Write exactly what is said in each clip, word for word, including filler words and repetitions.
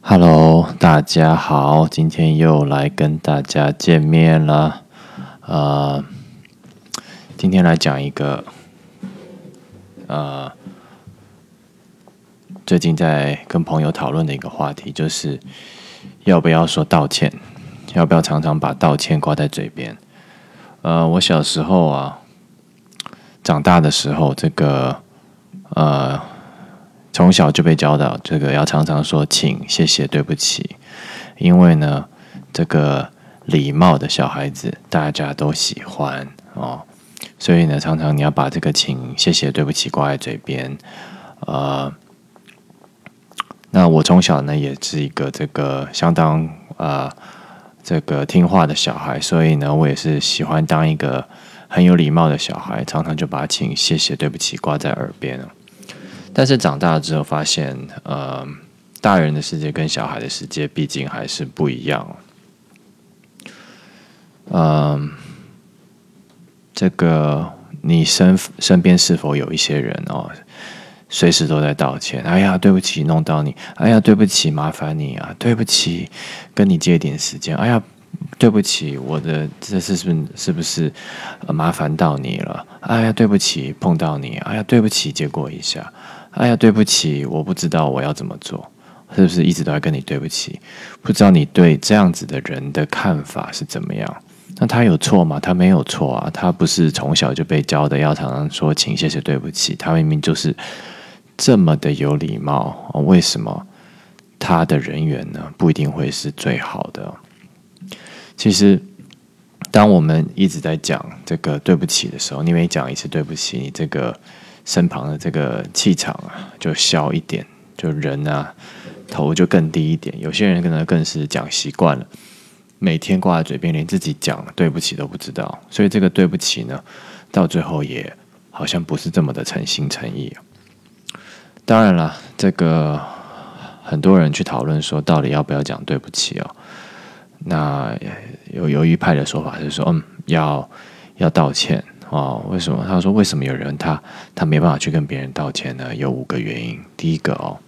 Hello，大家好，今天又来跟大家见面了。呃，今天来讲一个呃，最近在跟朋友讨论的一个话题，就是要不要说道歉，要不要常常把道歉挂在嘴边。呃，我小时候啊，长大的时候，这个呃。从小就被教导，这个要常常说请、谢谢、对不起，因为呢，这个礼貌的小孩子大家都喜欢哦，所以呢，常常你要把这个请、谢谢、对不起挂在嘴边。呃，那我从小呢也是一个这个相当呃这个听话的小孩，所以呢，我也是喜欢当一个很有礼貌的小孩，常常就把请、谢谢、对不起挂在耳边。但是长大之后发现，呃，大人的世界跟小孩的世界毕竟还是不一样。嗯、呃，这个你身身边是否有一些人哦，随时都在道歉？哎呀，对不起，弄到你。哎呀，对不起，麻烦你啊。对不起，跟你借点时间。哎呀，对不起，我的这是不是是不是、呃、麻烦到你了？哎呀，对不起，碰到你。哎呀，对不起，借过一下。哎呀，对不起，我不知道我要怎么做，是不是一直都在跟你对不起？不知道你对这样子的人的看法是怎么样？那他有错吗？他没有错啊，他不是从小就被教的要常常说请、谢谢、对不起，他明明就是这么的有礼貌，哦、为什么他的人缘呢不一定会是最好的？其实，当我们一直在讲这个对不起的时候，你每讲一次对不起，你这个身旁的这个气场啊，就消一点，就人啊，头就更低一点。有些人可能更是讲习惯了，每天挂在嘴边，连自己讲对不起都不知道。所以这个对不起呢，到最后也好像不是这么的诚心诚意。当然了，这个很多人去讨论说，到底要不要讲对不起哦？那有有一派的说法是说，嗯，要要道歉。哦，为什么？他说为什么有人他他没办法去跟别人道歉呢？有五个原因。第一个哦，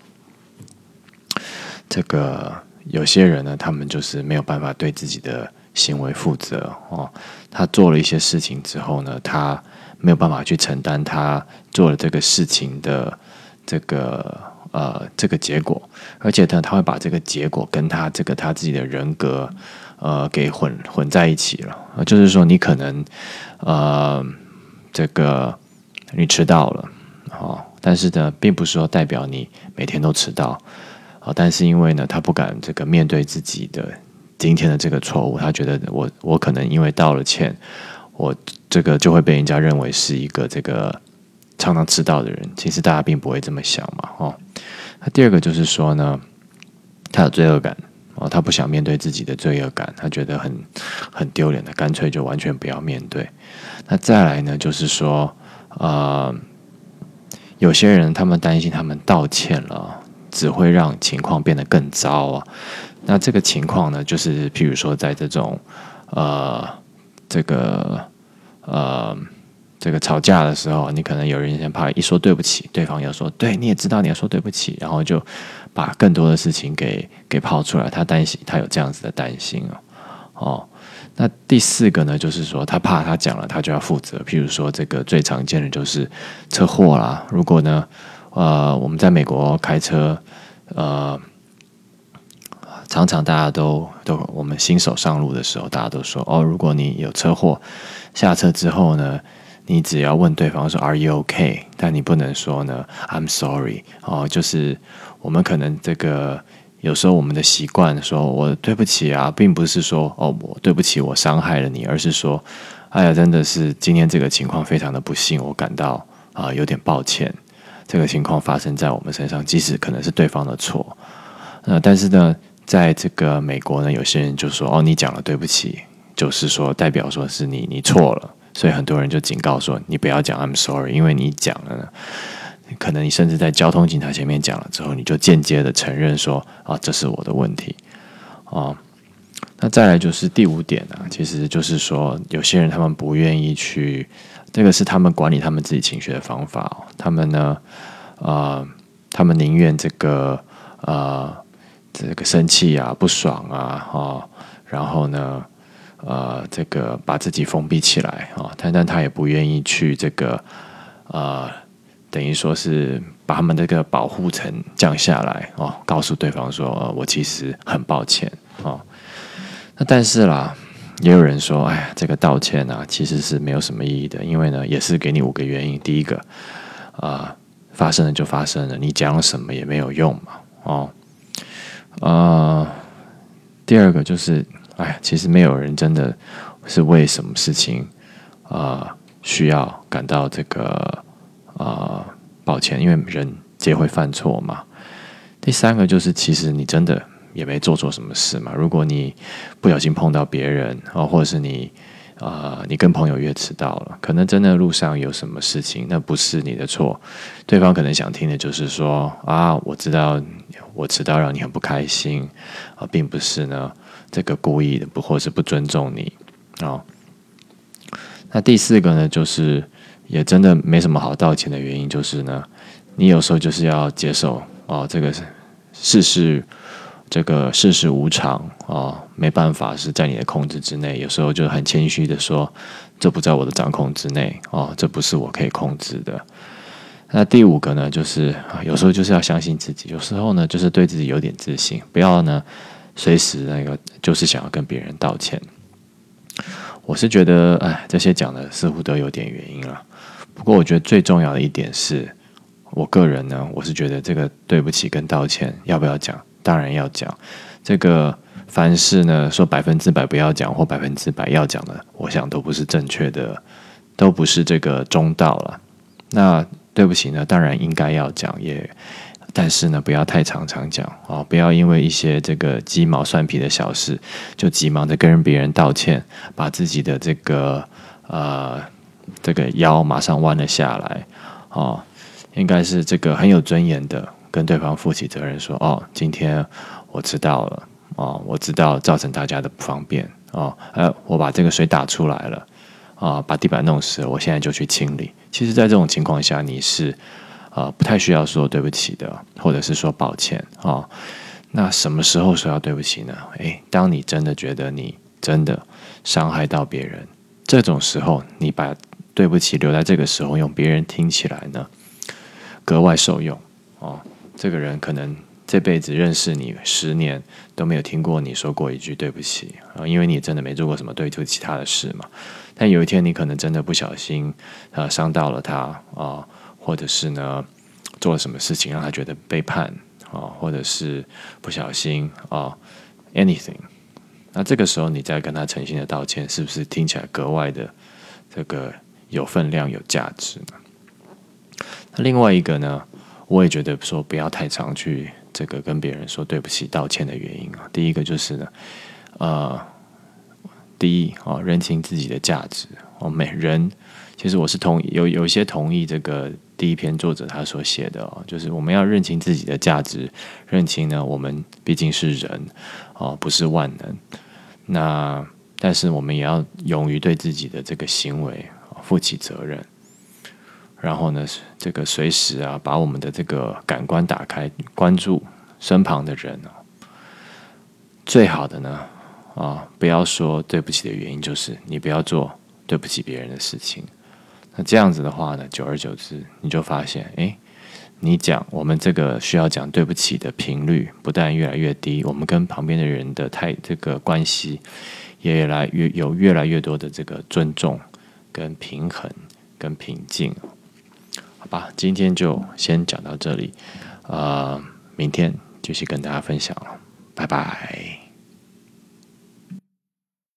这个有些人呢，他们就是没有办法对自己的行为负责哦。他做了一些事情之后呢，他没有办法去承担他做了这个事情的这个呃这个结果，而且呢，他会把这个结果跟他这个他自己的人格呃给混混在一起了。呃、就是说，你可能呃这个你迟到了哦，但是呢，并不是说代表你每天都迟到。哦，但是因为呢，他不敢这个面对自己的今天的这个错误，他觉得我我可能因为道了歉，我这个就会被人家认为是一个这个常常迟到的人。其实大家并不会这么想嘛，哦。那第二个就是说呢，他有罪恶感哦，他不想面对自己的罪恶感，他觉得很很丢脸的，干脆就完全不要面对。那再来呢，就是说，呃，有些人他们担心他们道歉了，只会让情况变得更糟啊。那这个情况呢，就是譬如说，在这种呃这个呃这个吵架的时候，你可能有人先怕一说对不起，对方又说对，你也知道你要说对不起，然后就把更多的事情给给抛出来。他担心，他有这样子的担心哦。哦，那第四个呢，就是说他怕他讲了，他就要负责。譬如说，这个最常见的就是车祸啦。如果呢，呃，我们在美国开车，呃，常常大家都都我们新手上路的时候，大家都说哦，如果你有车祸，下车之后呢，你只要问对方说 Are you okay？ 但你不能说呢 I'm sorry 哦，就是我们可能这个有时候我们的习惯说我对不起啊，并不是说哦我对不起我伤害了你，而是说哎呀真的是今天这个情况非常的不幸，我感到啊、呃、有点抱歉。这个情况发生在我们身上，即使可能是对方的错，呃，但是呢，在这个美国呢，有些人就说：“哦，你讲了对不起，就是说代表说是你你错了。”所以很多人就警告说：“你不要讲 I'm sorry， 因为你讲了呢，可能你甚至在交通警察前面讲了之后，你就间接的承认说啊，这是我的问题啊。”那再来就是第五点啊，其实就是说，有些人他们不愿意去。这个是他们管理他们自己情绪的方法、哦。他们呢，呃，他们宁愿这个呃， 这个生气啊、不爽啊，哦，然后呢，呃，这个把自己封闭起来啊，但但他也不愿意去这个，呃，等于说是把他们这个保护层降下来哦，告诉对方说，呃，我其实很抱歉哦。那但是啦，也有人说，哎呀，这个道歉啊，其实是没有什么意义的，因为呢，也是给你五个原因。第一个，啊、呃，发生了就发生了，你讲了什么也没有用嘛，哦，呃，第二个就是。哎，其实没有人真的是为什么事情啊、呃、需要感到这个啊、呃、抱歉，因为人皆会犯错嘛。第三个就是，其实你真的也没做错什么事嘛。如果你不小心碰到别人啊、哦，或者是你啊、呃、你跟朋友约迟到了，可能真的路上有什么事情，那不是你的错。对方可能想听的就是说啊，我知道我迟到让你很不开心啊、呃，并不是呢。这个故意的不，或是不尊重你哦。那第四个呢，就是也真的没什么好道歉的原因，就是呢，你有时候就是要接受哦，这个世事，这个世事无常哦，没办法是在你的控制之内。有时候就很谦虚的说，这不在我的掌控之内哦，这不是我可以控制的。那第五个呢，就是有时候就是要相信自己，有时候呢，就是对自己有点自信，不要呢。随时那个就是想要跟别人道歉，我是觉得，哎，这些讲的似乎都有点原因了。不过，我觉得最重要的一点是，我个人呢，我是觉得这个对不起跟道歉要不要讲，当然要讲。这个凡事呢，说百分之百不要讲或百分之百要讲的，我想都不是正确的，都不是这个中道了。那对不起呢，当然应该要讲，也。但是呢，不要太常常讲哦，不要因为一些这个鸡毛蒜皮的小事，就急忙的跟别人道歉，把自己的这个呃这个腰马上弯了下来哦。应该是这个很有尊严的跟对方负起责任说，哦，今天我迟到了哦，我知道造成大家的不方便哦，呃，我把这个水打出来了啊，把地板弄湿了，我现在就去清理。其实，在这种情况下，你是。呃，不太需要说对不起的，或者是说抱歉啊、哦。那什么时候说要对不起呢？诶，当你真的觉得你真的伤害到别人，这种时候，你把对不起留在这个时候，用别人听起来呢，格外受用哦。这个人可能这辈子认识你十年都没有听过你说过一句对不起啊、呃，因为你真的没做过什么对不起他的事嘛。但有一天你可能真的不小心呃伤到了他啊。呃或者是呢，做了什么事情让他觉得背叛啊、哦，或者是不小心啊、哦、，anything， 那这个时候你再跟他诚心的道歉，是不是听起来格外的这个有分量、有价值呢？那另外一个呢，我也觉得说不要太常去这个跟别人说对不起、道歉的原因啊，第一个就是呢，呃，第一啊、哦，认清自己的价值哦，每人。其实我是同有有一些同意这个第一篇作者他所写的哦，就是我们要认清自己的价值，认清呢我们毕竟是人哦，不是万能。那但是我们也要勇于对自己的这个行为、哦、负起责任，然后呢，这个随时啊把我们的这个感官打开，关注身旁的人哦。最好的呢啊、哦，不要说对不起的原因就是你不要做对不起别人的事情。那这样子的话呢，久而久之，你就发现，哎，你讲我们这个需要讲对不起的频率不但越来越低，我们跟旁边的人的太这个关系也越来越有越来越多的这个尊重、跟平衡、跟平静。好吧，今天就先讲到这里，呃，明天继续跟大家分享了，拜拜。